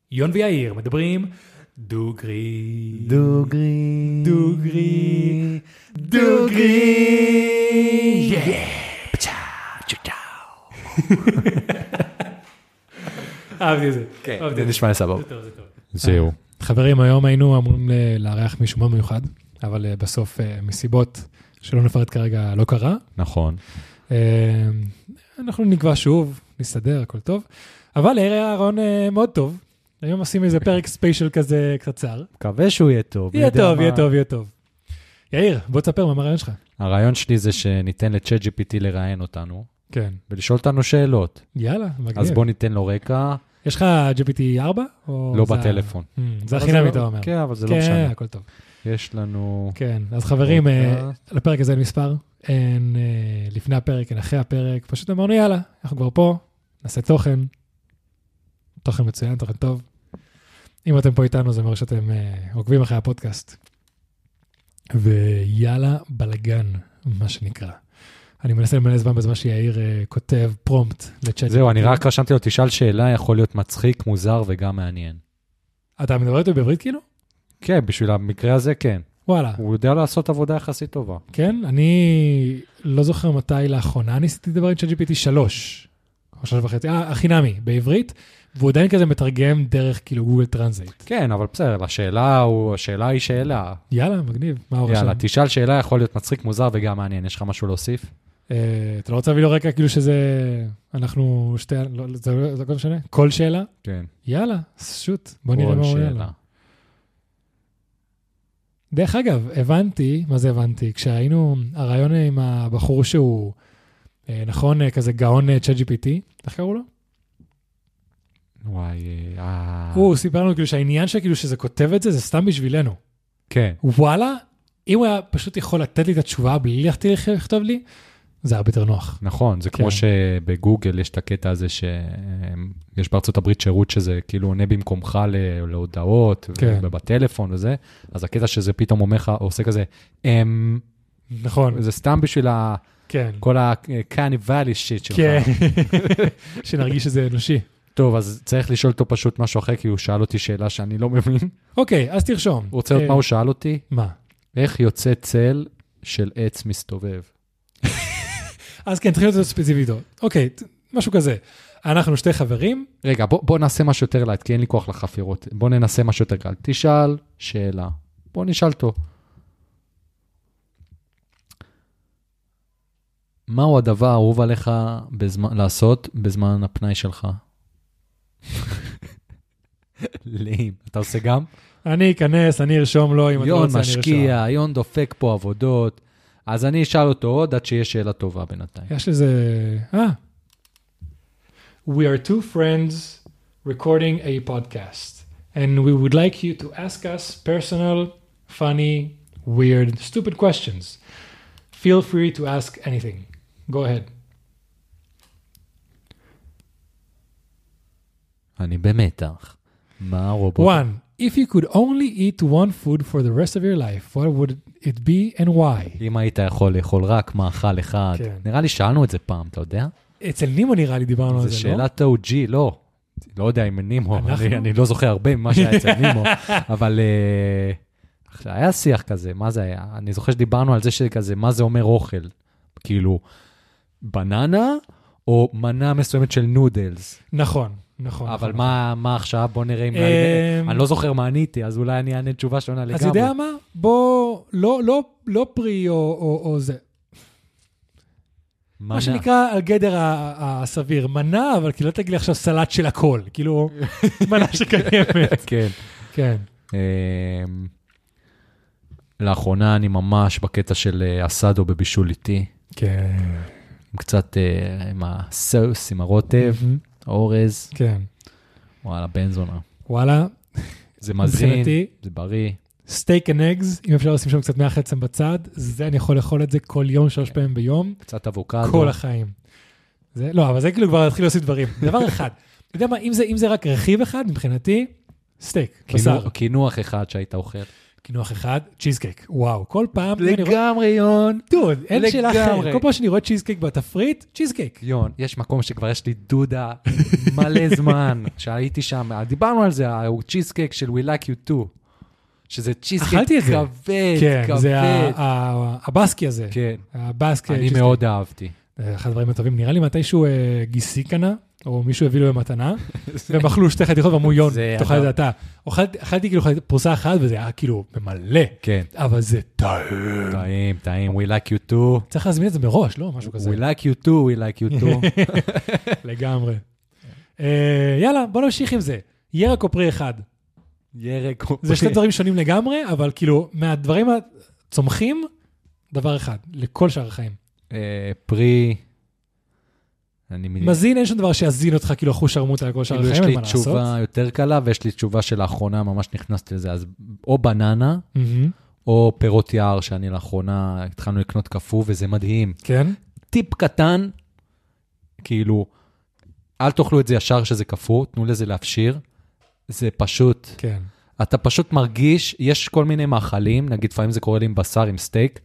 יון ויאיר מדברים דוגרי. דוגרי. דוגרי. דוגרי. פצ'או, צ'או. אהבתי את זה. כן, זה נשמע לי סבבה. זה טוב, זה טוב. זהו. חברים, היום היינו אמורים לארח מישהו מאוד מיוחד, אבל בסוף מסיבות שלא נפרט כרגע לא קרה. נכון. אנחנו נקבע שוב, נסתדר, הכל טוב. אבל היה רעיון מאוד טוב. היום עושים איזה פרק ספיישל כזה קצר. מקווה שהוא יהיה טוב. יהיה טוב, יהיה טוב, יהיה טוב. יאיר, בוא תספר מה הרעיון שלך. הרעיון שלי זה שניתן לצ'אט GPT לראיין אותנו, כן. ולשאול אותנו שאלות. יאללה, מגניב. אז בוא ניתן לו רקע. יש לך GPT 4? לא בטלפון. זה החינמי, אתה אומר. כן, אבל זה לא כן, משנה. הכל טוב. יש לנו... כן, אז חברים, לפרק הזה אין מספר, אין לפני הפרק, אין אחרי הפרק, פשוט אמרנו יאללה, אנחנו כבר פה, נעשה תוכן, תוכן מצוין, תוכן טוב. אם אתם פה איתנו, זה אומר שאתם עוקבים אחרי הפודקאסט. ויאללה בלגן, מה שנקרא. אני מנסה למלא זמן בזמן שיאיר כותב פרומפט לצ'אט. זהו, אני רק רשמתי לו, תשאל שאלה, יכול להיות מצחיק, מוזר וגם מעניין. אתה מדבר איתו בעברית כאילו? כן, בשביל המקרה הזה כן. וואלה. הוא יודע לעשות עבודה יחסית טובה. כן, אני לא זוכר מתי לאחרונה ניסיתי לדבר עם ChatGPT 3, או 3.5, החינמי, בעברית, והוא עדיין כזה מתרגם דרך כאילו גוגל טרנסלייט. כן, אבל בסדר, השאלה היא שאלה. יאללה, מגניב, מה הוא רשם? יאללה, תשאל שאלה, יכול להיות מצחיק, מוזר וגם מעניין. יש לך משהו להוסיף? אתה לא רוצה להביא לו רקע כאילו שזה, אנחנו שתי, זה כל משנה? כל שאלה? כן. יאללה, שוט, בוא נראה מה הוא יאללה. דרך אגב, הבנתי, מה זה הבנתי? כשהיינו, הרעיון עם הבחור שהוא, נכון, כזה גאון ChatGPT, איך קראו לו? וואי, הוא סיפר לנו כאילו שהעניין שכאילו שזה כותב את זה, זה סתם בשבילנו. כן. וואלה, אם הוא היה פשוט יכול לתת לי את התשובה בלי לכתוב לי, זה הרבה יותר נוח. נכון, זה כמו שבגוגל יש את הקטע הזה שיש בארצות הברית שירות שזה כאילו עונה במקומך להודעות ובטלפון וזה, אז הקטע שזה פתאום אומר לך, עושה כזה, נכון. זה סתם בשביל כל ה-carnival shit שלך. כן, שנרגיש שזה אנושי. טוב, אז צריך לשאול אותו פשוט משהו אחר, כי הוא שאל אותי שאלה שאני לא מבין. אוקיי, אז תרשום. הוא רוצה לדעת מה הוא שאל אותי? מה? איך יוצא צל של עץ מסתובב? אז כן, צריכים להיות ספציפית. אוקיי, משהו כזה. אנחנו שתי חברים. רגע, בוא נעשה משהו יותר לאט, כי אין לי כוח לחפירות. בוא ננסה משהו יותר קל. תשאל שאלה. בוא נשאל אותו. מהו הדבר האהוב עליך לעשות בזמן הפנאי שלך? לאים. אתה עושה גם? אני אכנס, אני ארשום לו, אם אתה רוצה, אני ארשום. יון משקיע, יון דופק פה עבודות. אז אני אשאל אותו עוד עד שיש שאלה טובה בינתיים. יש לזה... We are two friends recording a podcast, and we would like you to ask us personal, funny, weird, stupid questions. Feel free to ask anything. Go ahead. אני במתח. מה הרובוט? 1. If you could only eat one food for the rest of your life, what would it be and why? אם היית יכול לאכול רק מאכל אחד. כן. נראה לי שאלנו את זה פעם, אתה יודע? אצל נימו נראה לי דיברנו על זה, לא? זה שאלת OG, לא. לא יודע אם נימו, אני לא זוכר הרבה ממה שהיה אצל נימו, אבל היה שיח כזה, מה זה היה? אני זוכר שדיברנו על זה שכזה, מה זה אומר אוכל? כאילו, בננה או מנה מסוימת של נודלס? נכון, נכון. אבל מה עכשיו? בוא נראה אם... אני לא זוכר מה עניתי, אז אולי אני אענה תשובה שונה לגמרי. אז יודע מה? בוא, לא פרי או זה. מה שנקרא על גדר הסביר. מנה, אבל כאילו לא תגיד לי עכשיו סלט של הכל. כאילו, מנה שקיימת. כן. כן. לאחרונה אני ממש בקטע של אסדו בבישול איתי. כן. קצת עם הסוס, עם הרוטב, האורז. כן. וואלה, בן זונה. וואלה. זה מזין, זה בריא. סטייק אנד אגס, אם אפשר לשים שם קצת מח עצם בצד, זה אני יכול לאכול את זה כל יום, 3 פעמים ביום. קצת אבוקדו. כל החיים. לא, אבל זה כאילו כבר להתחיל להוסיף דברים. דבר אחד. אתה יודע מה, אם זה רק רכיב אחד, מבחינתי, סטייק, בשר. קינוח אחד שהיית אוכל. קינוח אחד, צ'יזקייק. וואו, כל פעם... לגמרי, יון. דוד, אין שאלה אחרת. כל פעם שאני רואה צ'יזקייק בתפריט, צ'יזקייק. יון, יש מקום שכבר יש לי דודה מלא זמן, שהייתי שם, דיברנו על זה, הוא צ'יזקייק של We Like You Too, שזה צ'יזקייק כבד, כן, זה הבאסקי הזה. כן. הבאסקי. אני מאוד אהבתי. אחד הדברים הטובים, נראה לי מתישהו גיסי קנה, או מישהו הביא לו במתנה, והם אכלו שתי חתיכות ואמרו יון, תאכל את זה אתה. אכלתי כאילו פרוסה אחת, וזה היה כאילו ממלא. כן. אבל זה טעים. טעים, טעים, we like you too. צריך להזמין את זה מראש, לא? משהו כזה. We like you too, we like you too. לגמרי. יאללה, בוא נמשיך עם זה. ירק או פרי אחד? ירק או פרי. זה שני דברים שונים לגמרי, אבל כאילו, מהדברים הצומחים, דבר אחד, לכל שאר החיים. פרי... מזין, אין שום דבר שיזין אותך, כאילו אחוז שרמוטה לכל שאר החיים, אין מה לעשות. יש לי תשובה יותר קלה, ויש לי תשובה שלאחרונה ממש נכנסתי לזה, אז או בננה, או פירות יער, שאני לאחרונה התחלנו לקנות קפוא, וזה מדהים. כן? טיפ קטן, כאילו, אל תאכלו את זה ישר שזה קפוא, תנו לזה להפשיר, זה פשוט, כן. אתה פשוט מרגיש, יש כל מיני מאכלים, נגיד לפעמים זה קורה לי עם בשר, עם סטייק,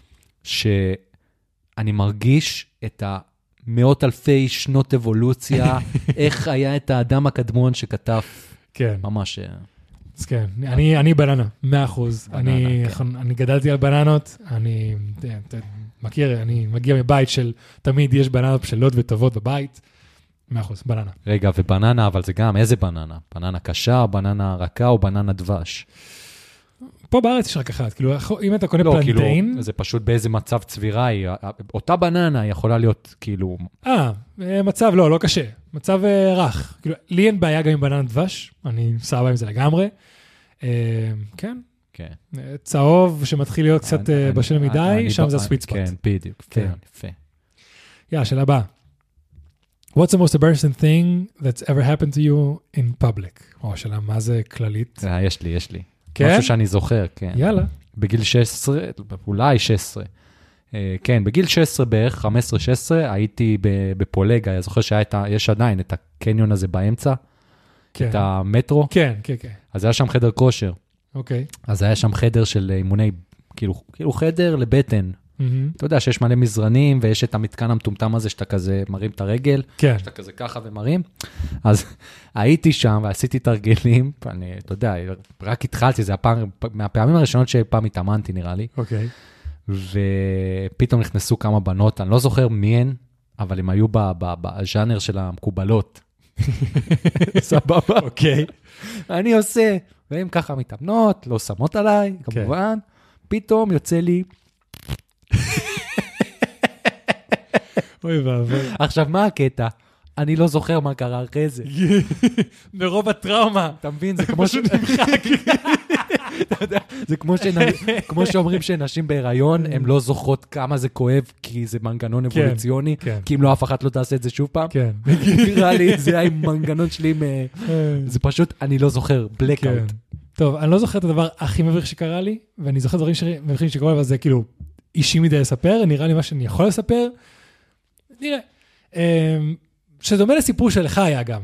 שאני מרגיש את מאות אלפי שנות אבולוציה, איך היה את האדם הקדמון שכתב, כן. ממש... אז כן, אני בננה, 100%. אני גדלתי על בננות, אני מכיר, אני מגיע מבית של, תמיד יש בננות בשלות וטובות בבית, 100%, בננה. רגע, ובננה, אבל זה גם, איזה בננה? בננה קשה, בננה רכה או בננה דבש? פה בארץ יש רק אחת, כאילו, אם אתה קונה פלנטיין... לא, כאילו, זה פשוט באיזה מצב צבירה היא, אותה בננה יכולה להיות, כאילו... מצב לא קשה, מצב רך. כאילו, לי אין בעיה גם עם בננה דבש, אני סבבה עם זה לגמרי. כן. צהוב שמתחיל להיות קצת בשל מדי, שם זה הסוויט ספוט. כן, בדיוק, יפה. שאלה הבאה. What's the most embarrassing thing that's ever happened to you in public? או שאלה, מה זה כללית? יש לי. כן? משהו שאני זוכר, כן. יאללה. בגיל 16, אולי 16. כן, בגיל 16 בערך, 15-16, הייתי בפולגה, אני זוכר שיש עדיין את הקניון הזה באמצע, כן. את המטרו. כן. אז היה שם חדר כושר. אוקיי. אז היה שם חדר של אימוני, כאילו חדר לבטן. אתה יודע שיש מלא מזרנים, ויש את המתקן המטומטם הזה, שאתה כזה מרים את הרגל, שאתה כזה ככה ומרים. אז הייתי שם, ועשיתי תרגילים, אתה יודע, רק התחלתי, זה מהפעמים הראשונות שפעם התאמנתי, נראה לי. אוקיי. ופתאום נכנסו כמה בנות, אני לא זוכר מי הן, אבל הם היו בז'אנר של המקובלות. סבבה. אוקיי. אני עושה, והם ככה מתאמנות, לא שמות עליי, כמובן. פתאום יוצא לי... אוי ואבוי. עכשיו, מה הקטע? אני לא זוכר מה קרה אחרי זה. מרוב הטראומה. אתה מבין? זה כמו שנמחק. זה כמו שאומרים שנשים בהיריון, הן לא זוכרות כמה זה כואב, כי זה מנגנון אבולוציוני, כי אם לא, אף אחת לא תעשה את זה שוב פעם. כן. נראה לי, זה היה עם מנגנון שלי, זה פשוט, אני לא זוכר, בלקאוט. טוב, אני לא זוכר את הדבר הכי מביך שקרה לי, ואני זוכר דברים מביכים שקרה לי, אבל זה כאילו אישי מדי לספר, נראה לי מה שאני יכול לספר. נראה. שדומה לסיפור שלך היה גם.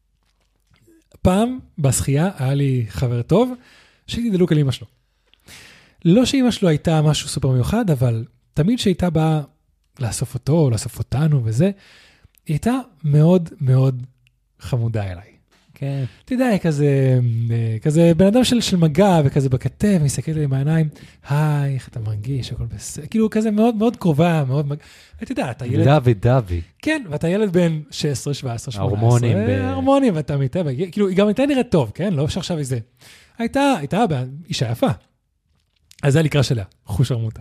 פעם, בשחייה, היה לי חבר טוב, שהייתי דלוק על אמא שלו. לא שאמא שלו הייתה משהו סופר מיוחד, אבל תמיד שהייתה באה לאסוף אותו, או לאסוף אותנו וזה, היא הייתה מאוד מאוד חמודה אליי. כן. אתה יודע, כזה בן אדם של מגע, וכזה בכתב, מסתכלת לי בעיניים, היי, איך אתה מרגיש, הכל בסדר, כאילו כזה מאוד מאוד קרובה, מאוד, אתה יודע, אתה ילד... דווי. כן, ואתה ילד בן 16, 17, 18. ההורמונים. ההורמונים, ואתה מתאבק, כאילו, היא גם הייתה נראית טוב, כן? לא שעכשיו איזה. הייתה אישה יפה. אז זה לקרוא שלה, חוש הרמותה.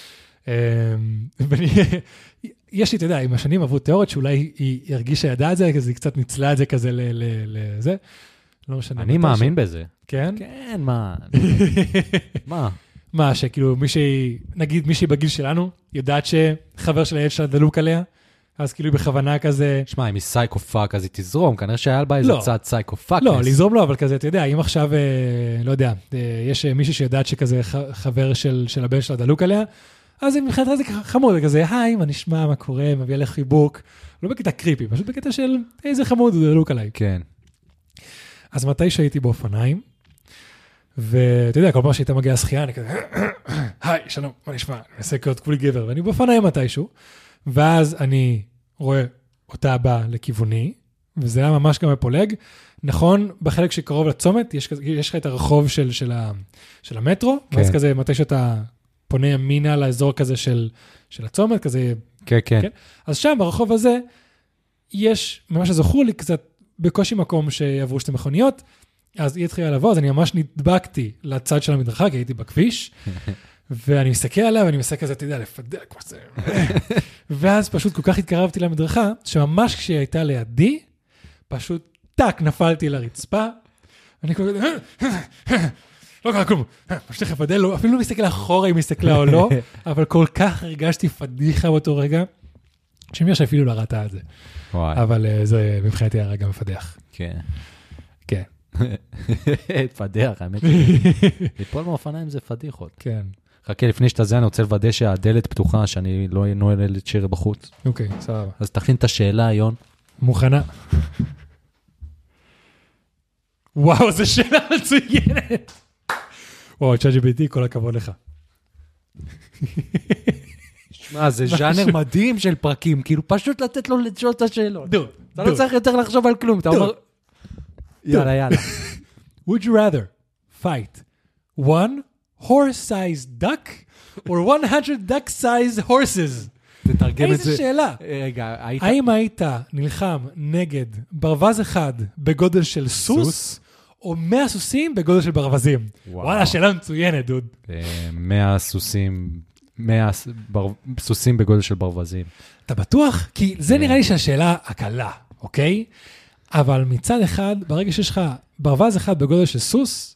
יש לי, אתה יודע, עם השנים עברו תיאוריות שאולי היא הרגישה ידעה את זה, אז היא קצת ניצלה את זה כזה לזה. לא משנה. אני מאמין בזה. כן? כן, מה? מה, שכאילו נגיד מישהי בגיל שלנו, יודעת שחבר של הילד שלה דלוק עליה, אז כאילו בכוונה כזה... שמע, אם היא סייקופאק, אז היא תזרום, כנראה שהיה בה איזה צד סייקופאק. לא, לזרום לא, אבל כזה, אתה יודע, אם עכשיו, לא יודע, יש מישהי שיודעת שכזה חבר של הבן שלה דלוק עליה, אז היא מבחינתה זה חמוד, כזה, היי, מה נשמע, מה קורה, מביא לך חיבוק, לא בקטע קריפי, פשוט בקטע של איזה חמוד הוא דלוק עליי. כן. אז מתי שהייתי באופניים, ואתה יודע, כל פעם שהייתה מגיעה שחייה, אני כזה, היי, שלום, מה נשמע? אני מנסה להיות כולי גבר, ואני בפניה מתישהו, ואז אני רואה אותה באה לכיווני, וזה היה ממש גם מפולג. נכון, בחלק שקרוב לצומת, יש לך את הרחוב של המטרו, ואז כזה, מתי שאתה פונה ימינה לאזור כזה של הצומת, כזה... כן. אז שם, ברחוב הזה, יש, ממש זכור לי קצת, בקושי מקום שיעברו שתי מכוניות, אז היא התחילה לבוא, אז אני ממש נדבקתי לצד של המדרכה, כי הייתי בכביש, ואני מסתכל עליה, ואני מסתכל כזה, אתה יודע, לפדל כמו זה. ואז פשוט כל כך התקרבתי למדרכה, שממש כשהיא הייתה לידי, פשוט טק, נפלתי לרצפה, ואני כל כך, לא קרה כלום, פשוט לפדל, אפילו לא מסתכל אחורה אם מסתכלה או לא, אבל כל כך הרגשתי פדיחה באותו רגע, שמי שאפילו לא ראתה את זה. אבל זה מבחינתי הרגע מפדח. כן. כן. פדיח, האמת. ליפול מאופניים זה פדיחות. כן. חכה, לפני שאתה זה, אני רוצה לוודא שהדלת פתוחה, שאני לא נועל את שיר בחוץ. אוקיי, סבבה. אז תכין את השאלה, יון. מוכנה. וואו, זו שאלה מצוינת. וואו, ChatGPT, כל הכבוד לך. שמע, זה ז'אנר מדהים של פרקים, כאילו פשוט לתת לו לשאול את השאלות. אתה לא צריך יותר לחשוב על כלום, אתה אומר... יאללה. Would you rather fight one horse-sized duck or 100 duck-sized horses? תתרגם את זה. איזה שאלה. רגע, האם היית נלחם נגד ברווז אחד בגודל של סוס, או 100 סוסים בגודל של ברווזים? וואלה, שאלה מצוינת, דוד. 100 סוסים בגודל של ברווזים. אתה בטוח? כי זה נראה לי שהשאלה הקלה, אוקיי? אבל מצד אחד, ברגע שיש לך ברווז אחד בגודל של סוס,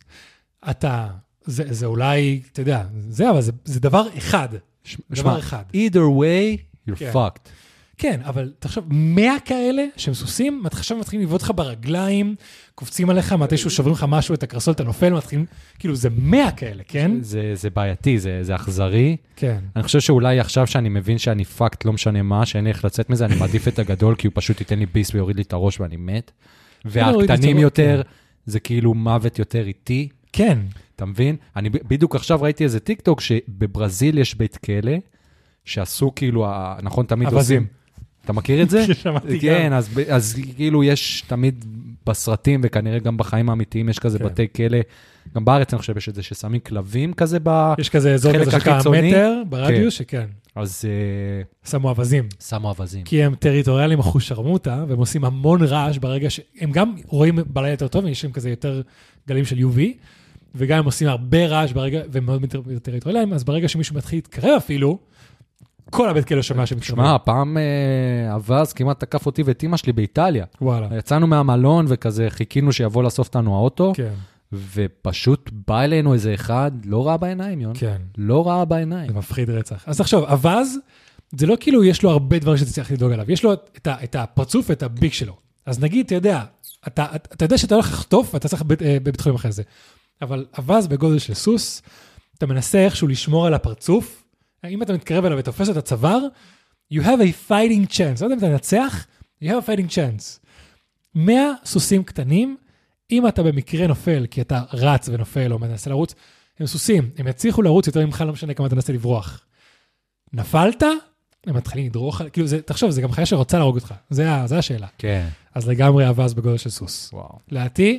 זה אולי, אתה יודע, אבל זה דבר אחד. דבר אחד. Either way, you're fucked. כן, אבל תחשוב, 100 כאלה שהם סוסים, עכשיו מתחילים לבעוט לך ברגליים, קופצים עליך, מתישהו שוברים לך משהו, את הקרסול, אתה נופל, מתחילים, כאילו זה 100 כאלה, כן? זה בעייתי, זה אכזרי. כן. אני חושב שאולי עכשיו שאני מבין שאני פאקט, לא משנה מה, שאין לי איך לצאת מזה, אני מעדיף את הגדול, כי הוא פשוט ייתן לי ביס ויוריד לי את הראש ואני מת. והקטנים יותר, זה כאילו מוות יותר איטי. כן. אתה מבין? אני בדיוק עכשיו ראיתי איזה טיקטוק, שבברזיל יש בית כלא, שעשו כאילו, נכון, תמיד עושים. אתה מכיר את זה? כן, אז כאילו יש תמיד בסרטים, וכנראה גם בחיים האמיתיים יש כזה בתי כלא, גם בארץ אני חושב יש את זה, ששמים כלבים כזה בחלק החיצוני. יש כזה אזור כזה של כמה מטר ברדיוס, שכן. אז... שמו אבזים. שמו אבזים. כי הם טריטוריאליים אחושרמוטה, והם עושים המון רעש ברגע שהם גם רואים בלילה יותר טוב, יש להם כזה יותר גלים של UV, וגם הם עושים הרבה רעש ברגע, והם מאוד טריטוריאליים, אז ברגע שמישהו מתחיל להתקרב אפילו, כל הבית כלא שומע שמתקרב. שמע, הפעם אבז כמעט תקף אותי ואת אמא שלי באיטליה. וואלה. יצאנו מהמלון וכזה חיכינו שיבוא לאסוף אותנו האוטו, כן. ופשוט בא אלינו איזה אחד, לא ראה בעיניים, יון. כן. לא ראה בעיניים. זה מפחיד רצח. אז תחשוב, אבז, זה לא כאילו יש לו הרבה דברים שאתה צריך לדאוג עליו, יש לו את הפרצוף ואת הביק שלו. אז נגיד, אתה יודע, אתה יודע שאתה הולך לחטוף, ואתה צריך בבית חולים אחרי זה. אבל אבז בגודל של סוס, אתה מנסה איכשהו לשמור על הפרצוף, אם אתה מתקרב אליו ותופס את הצוואר, you have a fighting chance. לא יודע אם אתה נצח, you have a fighting chance. 100 סוסים קטנים, אם אתה במקרה נופל, כי אתה רץ ונופל או מנסה לרוץ, הם סוסים, הם יצליחו לרוץ יותר ממך, לא משנה כמה אתה מנסה לברוח. נפלת, הם מתחילים לדרוך, כאילו זה, תחשוב, זה גם חיה שרוצה להרוג אותך. זה השאלה. כן. אז לגמרי אבז בגודל של סוס. וואו. לעתי,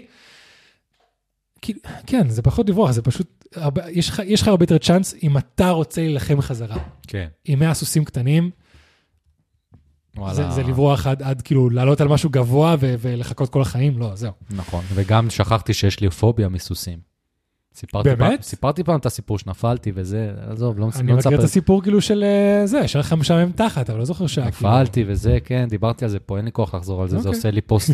כן, זה פחות לברוח, זה פשוט, יש לך הרבה יותר צ'אנס אם אתה רוצה להילחם חזרה. כן. עם 100 סוסים קטנים, זה לברוח עד כאילו לעלות על משהו גבוה ולחכות כל החיים, לא, זהו. נכון, וגם שכחתי שיש לי פוביה מסוסים. באמת? סיפרתי פעם את הסיפור שנפלתי וזה, עזוב, לא מצפר. אני מכיר את הסיפור כאילו של זה, שלך משעמם תחת, אבל לא זוכר שעה. נפלתי וזה, כן, דיברתי על זה פה, אין לי כוח לחזור על זה, זה עושה לי פוסט,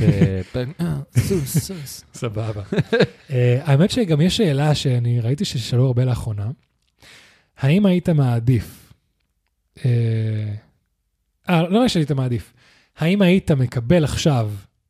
סוס. סבבה. האמת שגם יש שאלה שאני ראיתי ששאלו הרבה לאחרונה, האם היית מעדיף, לא שהיית מעדיף, האם היית מקבל עכשיו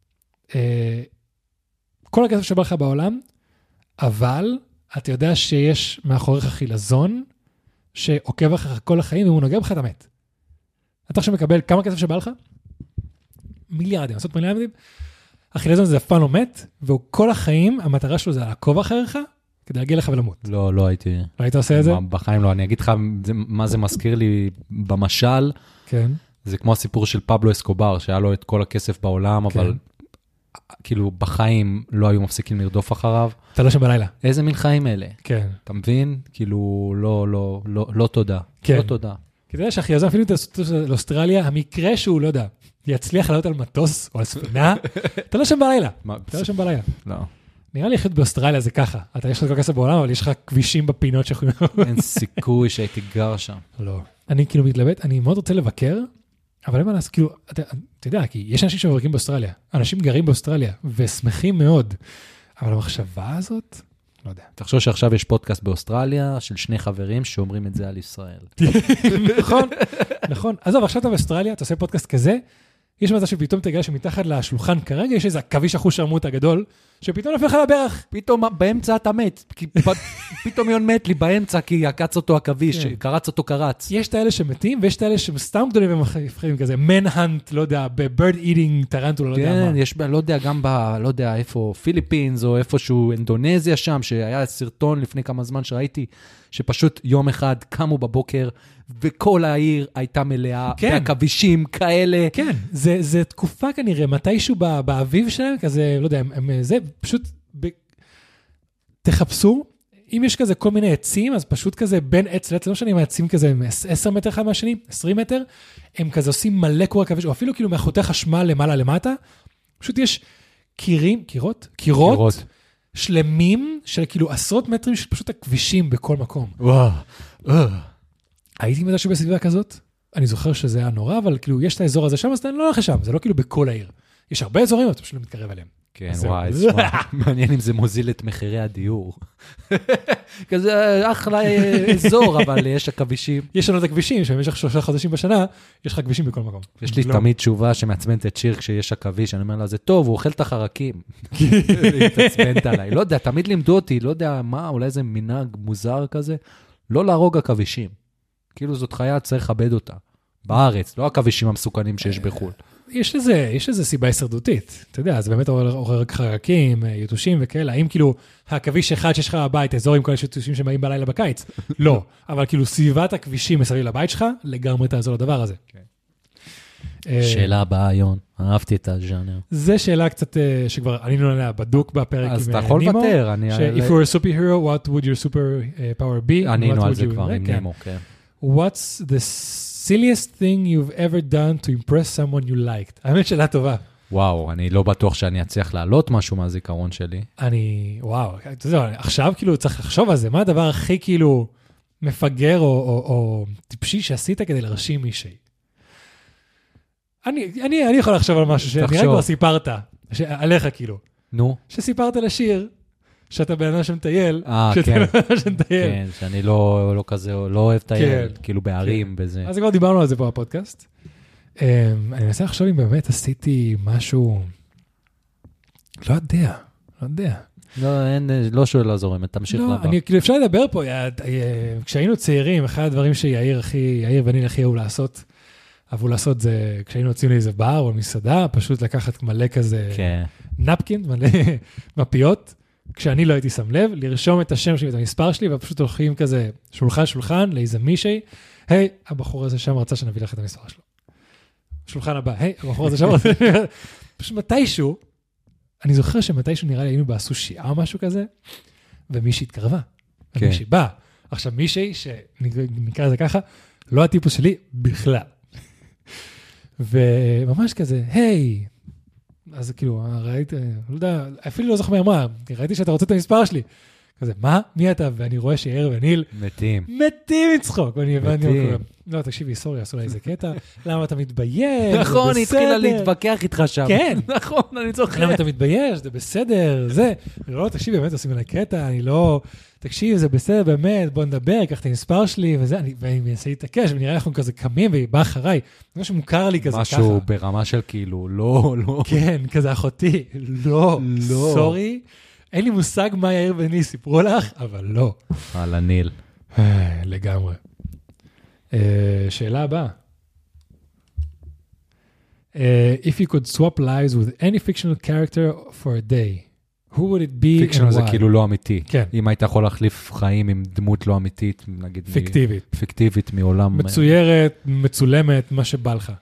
כל הכסף שבא לך בעולם, אבל אתה יודע שיש מאחוריך חילזון שעוקב אחריך כל החיים, ואם הוא נוגע בך, אתה מת. אתה עכשיו מקבל כמה כסף שבא לך? מיליארדים, לעשות מיליארדים. החילזון הזה אף פעם לא מת, והוא כל החיים, המטרה שלו זה לעקוב אחריך, כדי להגיע לך ולמות. לא הייתי... לא היית עושה את זה? בחיים לא, אני אגיד לך מה זה מזכיר לי במשל, כן. זה כמו הסיפור של פבלו אסקובר, שהיה לו את כל הכסף בעולם, אבל כאילו בחיים לא היו מפסיקים לרדוף אחריו. אתה לא שם בלילה. איזה מין חיים אלה? כן. אתה מבין? כאילו, לא תודה. כן. לא תודה. כי אתה יודע שאחי, אז אפילו לאוסטרליה, המקרה שהוא, לא יודע, יצליח לעלות על מטוס או על ספינה, אתה לא שם בלילה. אתה לא שם בלילה. לא. נראה לי לחיות באוסטרליה זה ככה. אתה יש לך כל כסף בעולם, אבל יש לך כבישים בפינות שיכולים... אין סיכוי שהייתי גר שם. לא. אני כאילו מתלבט, אני מאוד רוצה לבקר, אבל אין מה לעשות, כאילו, אתה יודע, כי יש אנשים שמבקרים באוסטרליה, אנשים גרים באוסטרליה, ושמחים מאוד, אבל המחשבה הזאת, לא יודע. תחשוב שעכשיו יש פודקאסט באוסטרליה, של 2 חברים שאומרים את זה על ישראל. נכון, נכון. עזוב, עכשיו אתה באוסטרליה, אתה עושה פודקאסט כזה, יש מצב שפתאום תגלה שמתחת לשולחן כרגע, יש איזה עכביש אחוז שרמוט הגדול, שפתאום נופל לך לברך. פתאום באמצע אתה מת, פתאום יון מת לי באמצע, כי עקץ אותו עכביש, קרץ אותו קרץ. יש את האלה שמתים, ויש את האלה שסתם גדולים ומחכים כזה, מנהנט, לא יודע, בברד איטינג טרנטולה, לא יודע מה. כן, יש, לא יודע, גם לא יודע איפה, פיליפינס, או איפשהו אינדונזיה שם, שהיה סרטון לפני כמה זמן שראיתי, שפשוט יום אחד קמו בבוקר, וכל העיר הייתה מלאה, והכבישים כאלה. כן, זה תקופה כנראה, מתישהו באביב שלהם, כזה, לא יודע, זה פשוט, תחפשו, אם יש כזה כל מיני עצים, אז פשוט כזה בין עץ לעץ, לא משנה אם העצים כזה 10 מטר אחד מהשני, 20 מטר, הם כזה עושים מלא קור הכביש, או אפילו כאילו מאחותי חשמל למעלה למטה, פשוט יש קירות שלמים של כאילו עשרות מטרים של פשוט הכבישים בכל מקום. וואו. הייתי משהו בסביבה כזאת, אני זוכר שזה היה נורא, אבל כאילו יש את האזור הזה שם, אז אני לא הולך לשם, זה לא כאילו בכל העיר. יש הרבה אזורים, אתה פשוט לא מתקרב אליהם. כן, וואי, מעניין אם זה מוזיל את מחירי הדיור. כזה אחלה אזור, אבל יש הכבישים. יש לנו את הכבישים, שבמשך 3 חודשים בשנה, יש לך כבישים בכל מקום. יש לי תמיד תשובה שמעצבנת את שיר כשיש הכביש, אני אומר לה, זה טוב, הוא אוכל את החרקים. היא תעצבנת עליי. לא יודע, תמיד לימדו אותי, לא יודע מה, אולי זה מנהג מוזר כזה, לא להרוג הכבישים. כאילו זאת חיה, צריך לכבד אותה. בארץ, לא הכבישים המסוכנים שיש בחו"ל. יש לזה סיבה הישרדותית, אתה יודע, זה באמת עורר חרקים, יתושים וכאלה, האם כאילו הכביש אחד שיש לך בבית, אזור עם כל היתושים שבאים בלילה בקיץ? לא, אבל כאילו סביבת הכבישים מסביב לבית שלך, לגמרי תעזור לדבר הזה. שאלה הבאה, יון, אהבתי את הז'אנר. זה שאלה קצת שכבר עלינו עליה בדוק בפרק עם נימו. אז אתה יכול לוותר. If you were a superhero, what would your super power be? ענינו על זה כבר עם נימו, כן. What's the silliest thing you've ever done to impress someone you liked? האמת שאלה טובה. וואו, אני לא בטוח שאני אצליח להעלות משהו מהזיכרון שלי. וואו, אתה יודע, עכשיו כאילו צריך לחשוב על זה, מה הדבר הכי כאילו מפגר או טיפשי שעשית כדי להרשים מישהי? אני יכול לחשוב על משהו שנראה כבר סיפרת, עליך כאילו. נו. שסיפרת לשיר. שאתה בן אדם שמטייל, כן, כן, שאני לא כזה, לא אוהב טייל, כאילו בערים וזה. אז כבר דיברנו על זה פה בפודקאסט. אני מנסה לחשוב אם באמת עשיתי משהו, לא יודע. לא שואל לעזור, אם תמשיך לבא. אני כאילו אפשר לדבר פה, כשהיינו צעירים, אחד הדברים שיאיר ואני הכי אהבו לעשות זה, כשהיינו יוצאים לאיזה בר או מסעדה, פשוט לקחת מלא כזה נפקין, מלא מפיות, כשאני לא הייתי שם לב, לרשום את השם שלי ואת המספר שלי, ופשוט הולכים כזה שולחן, לאיזה מישהי, היי, הבחור הזה שם רצה שנביא לך את המספר שלו. שולחן הבא, היי, הבחור הזה שם רצה, פשוט מתישהו, אני זוכר שמתישהו נראה לי היינו בסושי או משהו כזה, ומישהי התקרבה, ומישהי באה. עכשיו מישהי, שנקרא לזה ככה, לא הטיפוס שלי בכלל. וממש כזה, היי, אז כאילו, ראיתי, לא יודע, אפילו לא זוכר מה אמרה, ראיתי שאתה רוצה את המספר שלי. כזה, מה? מי אתה? ואני רואה שיאיר וניל מתים מצחוק. ואני הבנתי, לא, תקשיבי, סורי, עשו לה איזה קטע, למה אתה מתבייש? נכון, היא התחילה להתווכח איתך שם. כן. נכון, אני זוכר. למה אתה מתבייש? זה בסדר, זה. לא, תקשיבי, באמת עושים עליי קטע, אני לא, תקשיב, זה בסדר, באמת, בוא נדבר, קח את המספר שלי, וזה, ואני מנסה להתעקש, ונראה אנחנו כזה קמים, והיא באה אחריי, משהו מוכר לי כזה ככה. משהו ברמה של כאילו, לא. כן, כזה אחותי, לא, סורי. אין לי מושג מה יאיר וני סיפרו לך, אבל לא. על הניל. לגמרי. שאלה הבאה. If you could swap lives with any fictional character for a day, Who would it be פיקשן זה כאילו לא אמיתי. כן. אם היית יכול להחליף חיים עם דמות לא אמיתית, נגיד... פיקטיבית. פיקטיבית מעולם... מצוירת, מצולמת, מה שבא לך.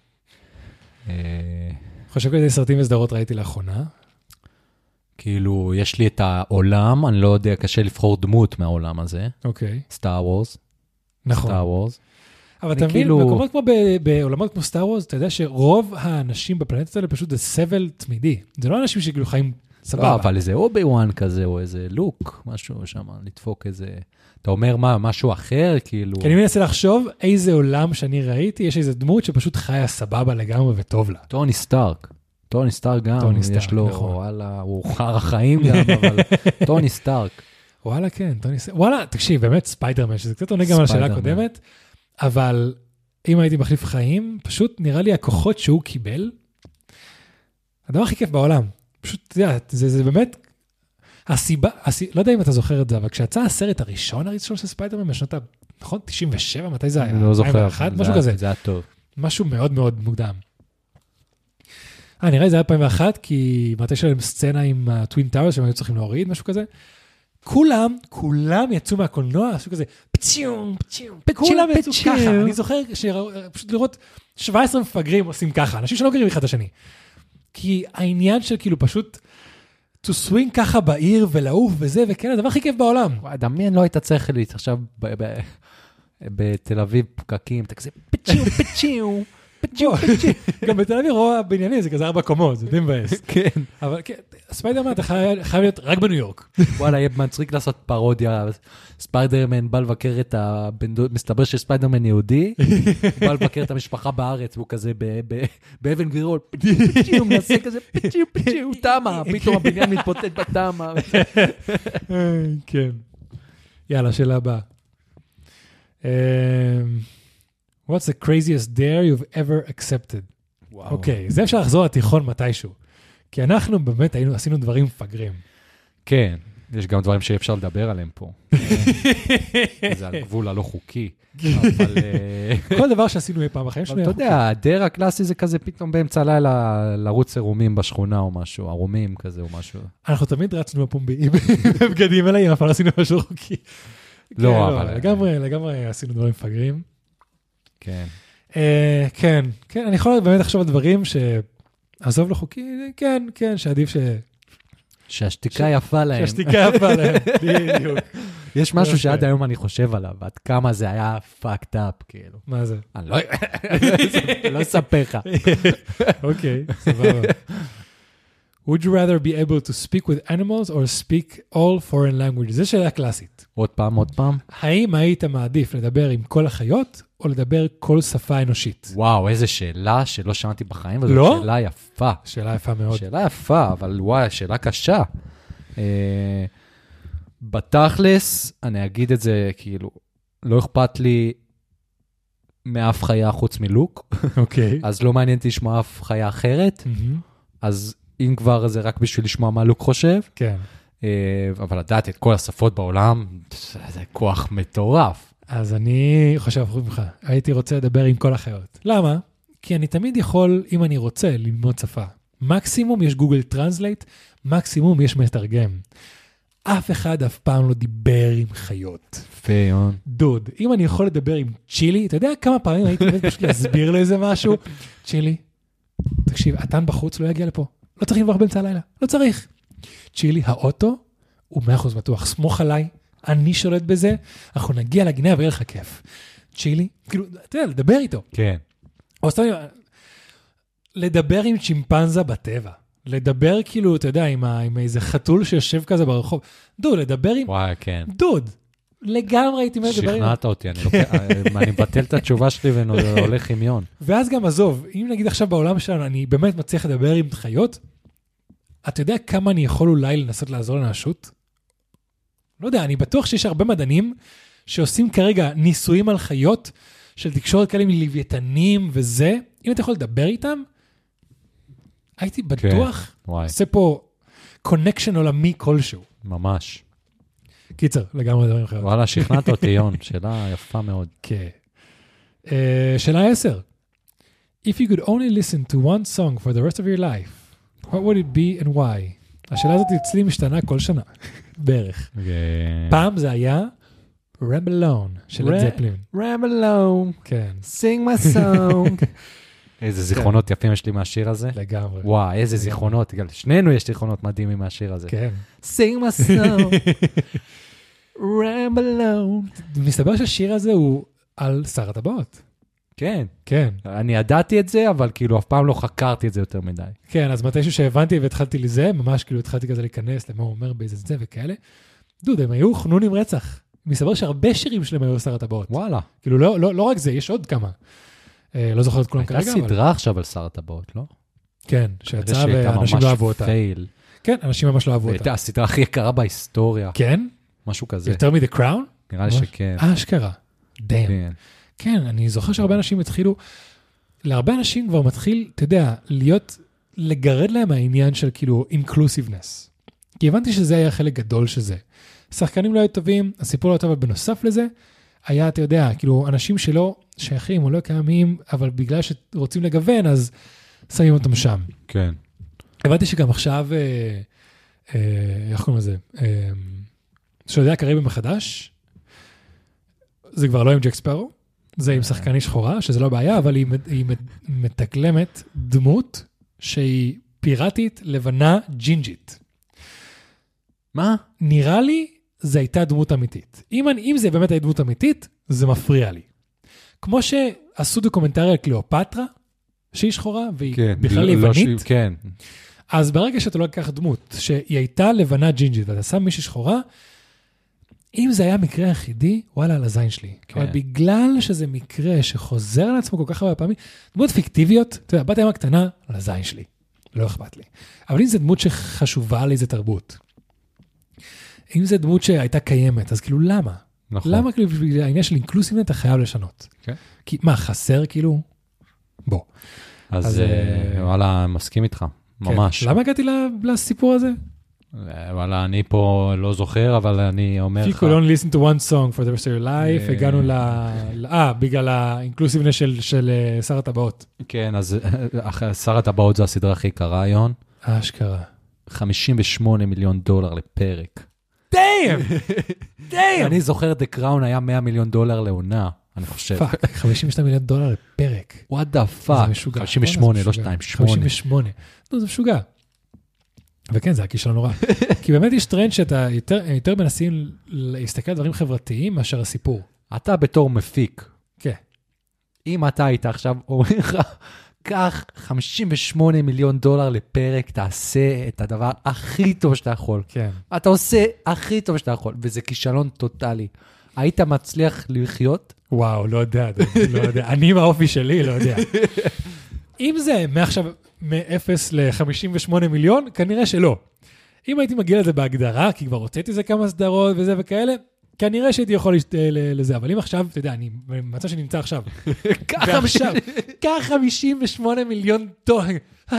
חושב איזה סרטים וסדרות ראיתי לאחרונה. כאילו, יש לי את העולם, אני לא יודע, קשה לבחור דמות מהעולם הזה. אוקיי. סטאר וורס. נכון. סטאר וורס. אבל אתה מבין, במקומות כמו בעולמות כמו סטאר וורס, אתה יודע שרוב האנשים בפלנטות האלה פשוט זה סבל תמידי. זה לא אנשים שכאילו חיים סבבה. לא, אבל איזה אובי-וואן כזה, או איזה לוק, משהו שם, לדפוק איזה... אתה אומר מה, משהו אחר, כאילו... כי אני מנסה לחשוב איזה עולם שאני ראיתי, יש איזה דמות שפשוט חיה סבבה לגמרי וטוב לה. טוני סטארק. טוני סטארק גם, יש לו, וואלה, הוא חר החיים גם, אבל טוני סטארק. וואלה, כן, טוני סטארק. וואלה, תקשיב, באמת ספיידרמן, שזה קצת עונה גם על השאלה הקודמת, אבל אם הייתי מחליף חיים, פשוט נראה לי הכוחות שהוא קיבל, הדבר הכי כיף בעולם. פשוט, אתה יודע, זה באמת, הסיבה, לא יודע אם אתה זוכר את זה, אבל כשיצא הסרט הראשון של ספיידרמן, בשנות, נכון? 97, מתי זה היה? אני לא זוכר. משהו כזה. זה היה טוב. משהו מאוד מאוד מוקדם. נראה לי זה היה 2001, כי מתי שלהם סצנה עם הטווין טאוורס, שהם היו צריכים להוריד, משהו כזה. כולם יצאו מהקולנוע, משהו כזה, פציום, כולם יצאו ככה. אני זוכר פשוט לראות 17 מפגרים עושים ככה, אנשים שלא גרים אחד את השני. כי העניין של כאילו פשוט to swing ככה בעיר ולעוף וזה, וכן, הדבר הכי כיף בעולם. דמיין לא היית צריך לי, עכשיו בתל אביב פקקים, אתה כזה פציום. גם בתל אביב רוע הבניינים, זה כזה 4 קומות, זה די מבאס. כן. אבל כן, ספיידרמן אתה חייב להיות רק בניו יורק. וואלה, יהיה מצחיק לעשות פרודיה, ספיידרמן בא לבקר את מסתבר שספיידרמן יהודי, הוא בא לבקר את המשפחה בארץ, והוא כזה באבן גבירול, הוא מנסה כזה, הוא תמה, פתאום הבניין מתפוצץ בתמה. כן. יאללה, שאלה הבאה. What's the craziest dare you've ever accepted? אוקיי, זה אפשר לחזור לתיכון מתישהו. כי אנחנו באמת עשינו דברים מפגרים. כן, יש גם דברים שאפשר לדבר עליהם פה. זה על גבול הלא חוקי. אבל... כל דבר שעשינו אי פעם בחיים שלנו. אתה יודע, הדרך הקלאסי זה כזה פתאום באמצע לילה לרוץ עירומים בשכונה או משהו, עירומים כזה או משהו. אנחנו תמיד רצנו בפומביים, בגדים אליי, אבל עשינו משהו חוקי. לא, אבל... לגמרי עשינו דברים מפגרים. כן. כן, אני יכול באמת לחשוב על דברים שעזוב לא חוקי, כן, שעדיף שהשתיקה יפה להם. שהשתיקה יפה להם, בדיוק. יש משהו שעד היום אני חושב עליו, עד כמה זה היה fucked up, כאילו. מה זה? אני לא אספר לך. אוקיי, סבבה. Would you rather be able to speak with animals or speak all foreign languages? זו שאלה קלאסית. עוד פעם. האם היית מעדיף לדבר עם כל החיות, או לדבר כל שפה אנושית? וואו, איזו שאלה שלא שמעתי בחיים, וזו לא? שאלה יפה. שאלה יפה מאוד. שאלה יפה, אבל וואי, שאלה קשה. בתכלס, אני אגיד את זה, כאילו, לא אכפת לי מאף חיה חוץ מלוק. אוקיי. אז לא מעניין לשמוע אף חיה אחרת. אז אם כבר זה רק בשביל לשמוע מה לוק חושב. כן. אבל לדעת את כל השפות בעולם, זה כוח מטורף. אז אני חושב, הייתי רוצה לדבר עם כל החיות. למה? כי אני תמיד יכול, אם אני רוצה, ללמוד שפה. מקסימום יש גוגל טרנסלייט, מקסימום יש מתרגם. אף אחד אף פעם לא דיבר עם חיות. פיון. דוד, אם אני יכול לדבר עם צ'ילי, אתה יודע כמה פעמים הייתי פשוט להסביר לו איזה משהו? צ'ילי, תקשיב, התן בחוץ לא יגיע לפה. לא צריך לברוח באמצע הלילה. לא צריך. צ'ילי, האוטו הוא 100% בטוח. סמוך עליי, אני שולט בזה, אנחנו נגיע לגינה ויהיה לך כיף. צ'ילי, כאילו, אתה יודע, לדבר איתו. כן. או סתם, לדבר עם צ'ימפנזה בטבע. לדבר כאילו, אתה יודע, עם איזה חתול שיושב כזה ברחוב. דוד, לדבר עם... וואי, כן. דוד, לגמרי הייתי מדבר עם... שכנעת אותי, אני מבטל את התשובה שלי והולך עם יון. ואז גם עזוב, אם נגיד עכשיו בעולם שלנו, אני באמת מצליח לדבר עם חיות, אתה יודע כמה אני יכול אולי לנסות לעזור לנשות? לא יודע, אני בטוח שיש הרבה מדענים שעושים כרגע ניסויים על חיות של תקשורת כאלה מלוויתנים וזה. אם אתה יכול לדבר איתם, הייתי בטוח, עושה פה קונקשן עולמי כלשהו. ממש. קיצר, לגמרי דברים אחרים. וואלה, שכנעת אותי יון, שאלה יפה מאוד. כן. שאלה 10. If you could only listen to one song for the rest of your life, what would it be and why? השאלה הזאת אצלי משתנה כל שנה, בערך. פעם זה היה Ramble Alone של זפלין. Ramble Alone. כן. Sing my song. איזה זיכרונות יפים יש לי מהשיר הזה. לגמרי. וואי, איזה זיכרונות. שנינו יש זיכרונות מדהימים מהשיר הזה. כן. Sing my song. Ramble Alone. מסתבר שהשיר הזה הוא על שר הטבעות. כן. כן. אני ידעתי את זה, אבל כאילו אף פעם לא חקרתי את זה יותר מדי. כן, אז מתישהו שהבנתי והתחלתי לזה, ממש כאילו התחלתי כזה להיכנס למה הוא אומר באיזה זה וכאלה. דוד, הם היו חנונים רצח. מסתבר שהרבה שירים שלהם היו שר הטבעות. וואלה. כאילו לא רק זה, יש עוד כמה. לא זוכר את כולם כרגע, אבל... הייתה סדרה עכשיו על שר הטבעות, לא? כן, שיצאה ואנשים לא אהבו אותה. פייל. כן, אנשים ממש לא אהבו אותה. הייתה הסדרה הכי יקרה בהיסטוריה. כן? משהו כזה. יותר מ-The Crown? נראה לי שכן. אשכרה. דאם. כן, אני זוכר שהרבה אנשים התחילו, להרבה אנשים כבר מתחיל, אתה יודע, לגרד להם העניין של כאילו inclusiveness. כי הבנתי שזה היה חלק גדול שזה. שחקנים לא היו טובים, הסיפור לא טוב, אבל בנוסף לזה, היה, אתה יודע, כאילו, אנשים שלא שייכים או לא קיימים, אבל בגלל שרוצים לגוון, אז שמים אותם שם. כן. הבנתי שגם עכשיו, איך קוראים לזה? שיודע הקריבים מחדש, זה כבר לא עם ג'ק ספארו, זה עם שחקני שחורה, שזה לא בעיה, אבל היא מתקלמת דמות שהיא פיראטית, לבנה, ג'ינג'ית. מה? נראה לי זה הייתה דמות אמיתית. אם זה באמת הייתה דמות אמיתית, זה מפריע לי. כמו שעשו דוקומנטרי על קליאופטרה, שהיא שחורה, והיא בכלל לבנית, כן. אז ברגע שאתה לא לקח דמות, שהיא הייתה לבנה ג'ינג'ית, ואתה שם מישהי שחורה, אם זה היה מקרה יחידי, וואלה, על הזין שלי. אבל בגלל שזה מקרה שחוזר על עצמו כל כך הרבה פעמים, דמות פיקטיביות, אתה יודע, בת הים הקטנה, על הזין שלי. לא אכפת לי. אבל אם זה דמות שחשובה לי, זה תרבות. אם זה דמות שהייתה קיימת, אז כאילו למה? נכון. למה כאילו העניין של אינקלוסיביות אתה חייב לשנות? כן. כי מה, חסר כאילו? בוא. אז וואלה, מסכים איתך, ממש. למה הגעתי לסיפור הזה? וואלה, אני פה לא זוכר, אבל אני אומר לך... If you could only listen to one song for the rest of your life, הגענו בגלל האינקלוסיביות של שר הטבעות. כן, אז שר הטבעות זה הסדרה הכי יקרה היום. אשכרה. $58 מיליון לפרק. דאם! דאם! אני זוכר, The Crown היה $100 מיליון לעונה, אני חושב. פאק, $52 מיליון לפרק. What the fuck? 58, לא 2, 8. 58. זה משוגע. וכן, זה הכישלון נורא. כי באמת יש טרנד שאתה יותר מנסים להסתכל על דברים חברתיים מאשר הסיפור. אתה בתור מפיק. כן. אם אתה היית עכשיו אומר לך, קח $58 מיליון לפרק, תעשה את הדבר הכי טוב שאתה יכול. כן. אתה עושה הכי טוב שאתה יכול, וזה כישלון טוטלי. היית מצליח לחיות? וואו, לא יודע, לא יודע. אני עם האופי שלי, לא יודע. אם זה מעכשיו מ-0 ל-58 מיליון, כנראה שלא. אם הייתי מגיע לזה בהגדרה, כי כבר הוצאתי זה כמה סדרות וזה וכאלה, כנראה שהייתי יכול לזה. אבל אם עכשיו, אתה יודע, אני במצב שנמצא עכשיו. ועכשיו, קח 58 מיליון דולר.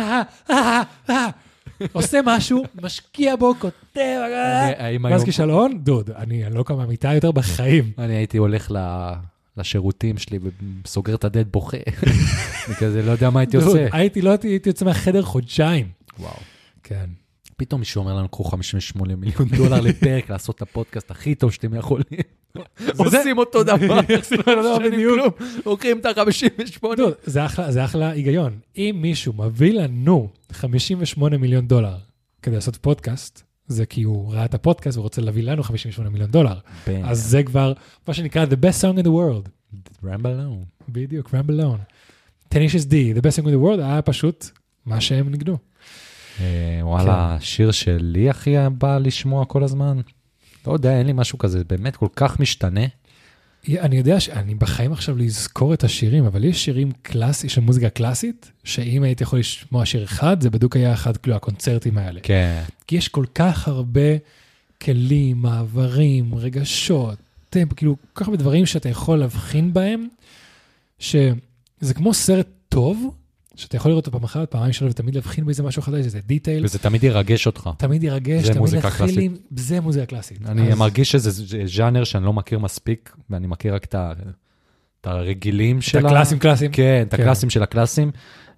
עושה משהו, משקיע בו, כותב, ואז כישלון, דוד, אני לא כמה מיטה יותר בחיים. אני הייתי הולך לשירותים שלי וסוגר את הדד בוכה. אני כזה לא יודע מה הייתי עושה. הייתי יוצא מהחדר חודשיים. וואו. כן. פתאום מישהו אומר לנו, קחו $58 מיליון לפרק, לעשות את הפודקאסט הכי טוב שאתם יכולים. עושים אותו דבר. לוקחים את ה-58. זה אחלה היגיון. אם מישהו מביא לנו $58 מיליון כדי לעשות פודקאסט, זה כי הוא ראה את הפודקאסט ורוצה להביא לנו $58 מיליון. אז זה כבר מה שנקרא The Best Song in the World. Ramble Alone. בדיוק, Ramble Alone. Tenacious D, The Best Song in the World, היה פשוט מה שהם נגדו. וואלה, שיר שלי הכי בא לשמוע כל הזמן. לא יודע, אין לי משהו כזה, באמת כל כך משתנה. אני יודע שאני בחיים עכשיו לזכור את השירים, אבל יש שירים קלאסי, של מוזיקה קלאסית, שאם הייתי יכול לשמוע שיר אחד, זה בדיוק היה אחד, כאילו, הקונצרטים האלה. כן. כי יש כל כך הרבה כלים, מעברים, רגשות, כאילו, כל כך הרבה דברים שאתה יכול להבחין בהם, שזה כמו סרט טוב, שאתה יכול לראות אותו פעם אחת, פעמיים שלו, ותמיד להבחין באיזה משהו חדש, איזה דיטייל. וזה תמיד ירגש אותך. תמיד ירגש, תמיד להתחיל, זה מוזיקה קלאסית. אני מרגיש שזה ז'אנר שאני לא מכיר מספיק, ואני מכיר רק את הרגילים שלה. את הקלאסים. כן, את הקלאסים של הקלאסים,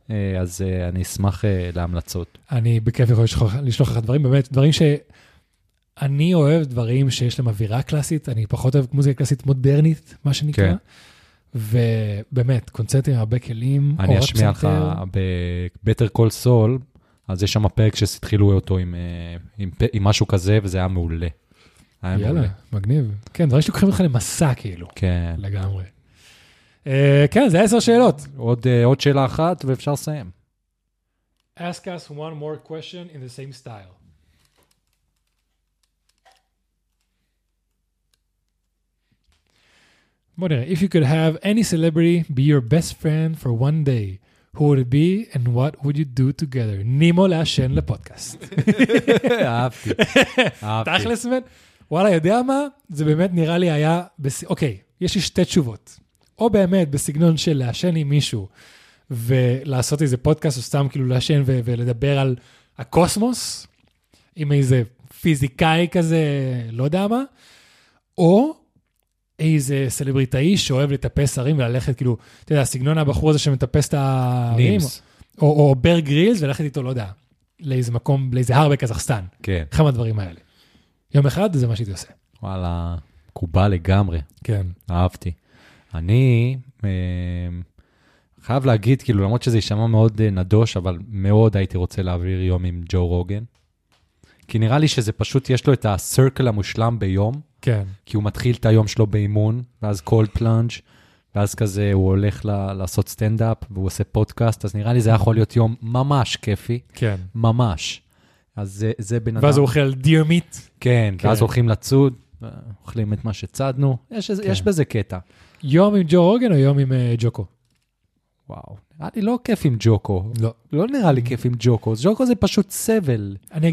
אז אני אשמח להמלצות. אני בכיף יכול לשלוח לך דברים, באמת, דברים שאני אוהב, דברים שיש להם אווירה קלאסית, אני פחות אוהב מוזיקה קלאסית מודרנית, מה שנקרא, כן. ובאמת, קונצרטים, הרבה כלים, אני אשמיע לך ב-Better Call Saul, אז יש שם פרק שהתחילו אותו עם משהו כזה, וזה היה מעולה. יאללה, מגניב. כן, דברים שלוקחים אותך למסע, כאילו. כן. לגמרי. כן, זה 10 שאלות. עוד שאלה אחת, ואפשר לסיים. Ask us one more question in the same style. בוא נראה. If you could have any celebrity be your best friend for one day, who would it be and what would you do together? נימו לעשן לפודקאסט. אהבתי. תכלס מן? וואלה, יודע מה? זה באמת נראה לי היה... אוקיי, יש לי 2 תשובות. או באמת בסגנון של לעשן עם מישהו, ולעשות איזה פודקאסט, או סתם כאילו לעשן ולדבר על הקוסמוס, עם איזה פיזיקאי כזה, לא יודע מה, או איזה סלבריטאי שאוהב לטפס הרים וללכת, כאילו, אתה יודע, סגנון הבחור הזה שמטפס את ההרים, או בר גרילס, וללכת איתו, לא יודע, לאיזה מקום, לאיזה הר בקזחסטן. כן. כמה דברים האלה. יום אחד, זה מה שהייתי עושה. וואלה, קובל לגמרי. כן. אהבתי. אני חייב להגיד, כאילו, למרות שזה יישמע מאוד נדוש, אבל מאוד הייתי רוצה להעביר יום עם ג'ו רוגן. כי נראה לי שזה פשוט, יש לו את הסרקל המושלם ביום. כן. כי הוא מתחיל את היום שלו באימון, ואז קולד פלאנג', ואז כזה הוא הולך לעשות סטנדאפ, והוא עושה פודקאסט, אז נראה לי זה יכול להיות יום ממש כיפי. כן. ממש. אז זה בן אדם. ואז הוא אוכל דיר מיט. כן, ואז הולכים לצוד, אוכלים את מה שצדנו. יש בזה קטע. יום עם ג'ו רוגן או יום עם ג'וקו? וואו, נראה לי לא כיף עם ג'וקו. לא. לא נראה לי כיף עם ג'וקו. ג'וקו זה פשוט סבל. אני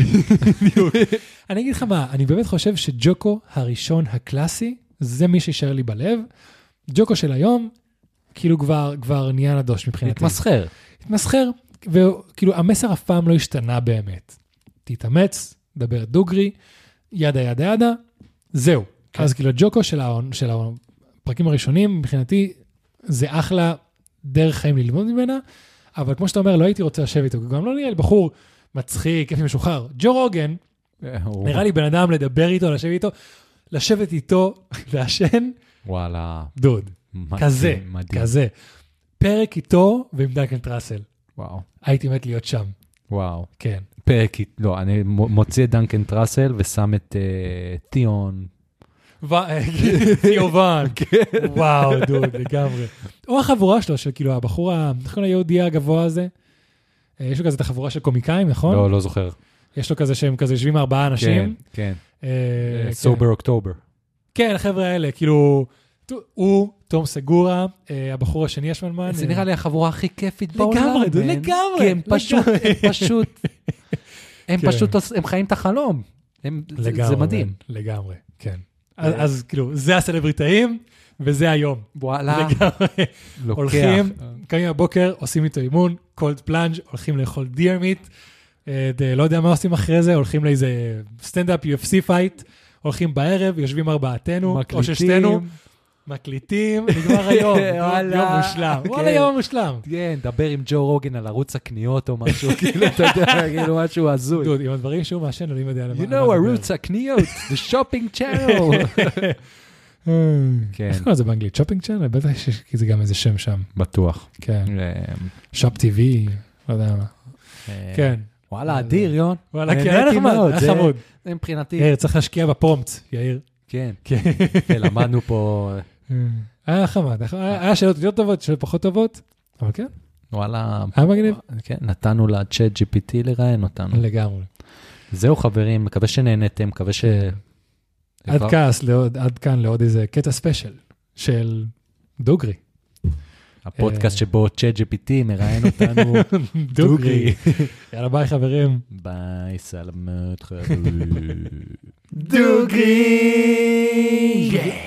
אגיד לך מה, אני באמת חושב שג'וקו הראשון הקלאסי, זה מי שישאר לי בלב. ג'וקו של היום, כאילו כבר נהיה נדוש מבחינתי. התמסחר, וכאילו המסר אף פעם לא השתנה באמת. תתאמץ, דבר דוגרי, ידה ידה ידה, זהו. אז כאילו ג'וקו של הפרקים הראשונים, מבחינתי, זה אחלה דרך חיים ללמוד ממנה, אבל כמו שאתה אומר, לא הייתי רוצה לשבת איתו, גם לא נראה לי בחור מצחיק, כיפי משוחרר. ג'ו רוגן, נראה לי בן אדם לדבר איתו, לשבת איתו, לעשן, וואלה. דוד. כזה. פרק איתו ועם דנקן טראסל. וואו. הייתי מת להיות שם. וואו. כן. פרק איתו, לא, אני מוציא את דנקן טראסל ושם את טיון. טיובן. וואו, דוד, לגמרי. או החבורה שלו, של כאילו הבחור, נכון היהודי הגבוה הזה? יש לו כזה את החבורה של קומיקאים, נכון? לא זוכר. יש לו כזה שהם כזה יושבים 4 אנשים. כן. סובר אוקטובר. כן, החבר'ה האלה, כאילו, הוא, תום סגורה, הבחור השני השמנמן. זה נראה לי החבורה הכי כיפית בעולם. לגמרי. כי הם פשוט, הם חיים את החלום. זה מדהים. לגמרי, כן. אז כאילו, זה הסלבריטאים, וזה היום. וואלה. לגמרי. הולכים, קמים הבוקר, עושים איתו אימון, קולד פלאנג', הולכים לאכול דיר מיט, לא יודע מה עושים אחרי זה, הולכים לאיזה סטנדאפ UFC פייט, הולכים בערב, יושבים 4 או 6 מקליטים, נגמר היום, יום מושלם. וואלה, יום מושלם. כן, דבר עם ג'ו רוגן על ערוץ הקניות או משהו, כאילו, אתה יודע, כאילו, משהו הזוי. דוד, עם הדברים שהוא מעשן, אני יודע למה. You know, ערוץ הקניות, the shopping channel. איך קוראים לזה באנגלית? shopping channel? בטח כי זה גם איזה שם שם. בטוח. כן. shop TV, לא יודע מה. כן. וואלה, אדיר, יון. וואלה, כן, נחמד, חמוד. זה מבחינתי. יאיר, צריך להשקיע בפרומפט, יאיר. כן. למדנו פה. היה חמד. היה שאלות יותר טובות, שאלות פחות טובות, אבל כן. וואלה. היה מגניב. כן, נתנו ל-Chat GPT לראיין אותנו. לגמרי. זהו חברים, מקווה שנהנתם, מקווה ש... עד כאן לעוד איזה קטע ספיישל של דוגרי. הפודקאסט שבו Chat GPT מראיין אותנו דוגרי. יאללה ביי חברים. ביי, סלמת חברים. דוגרי!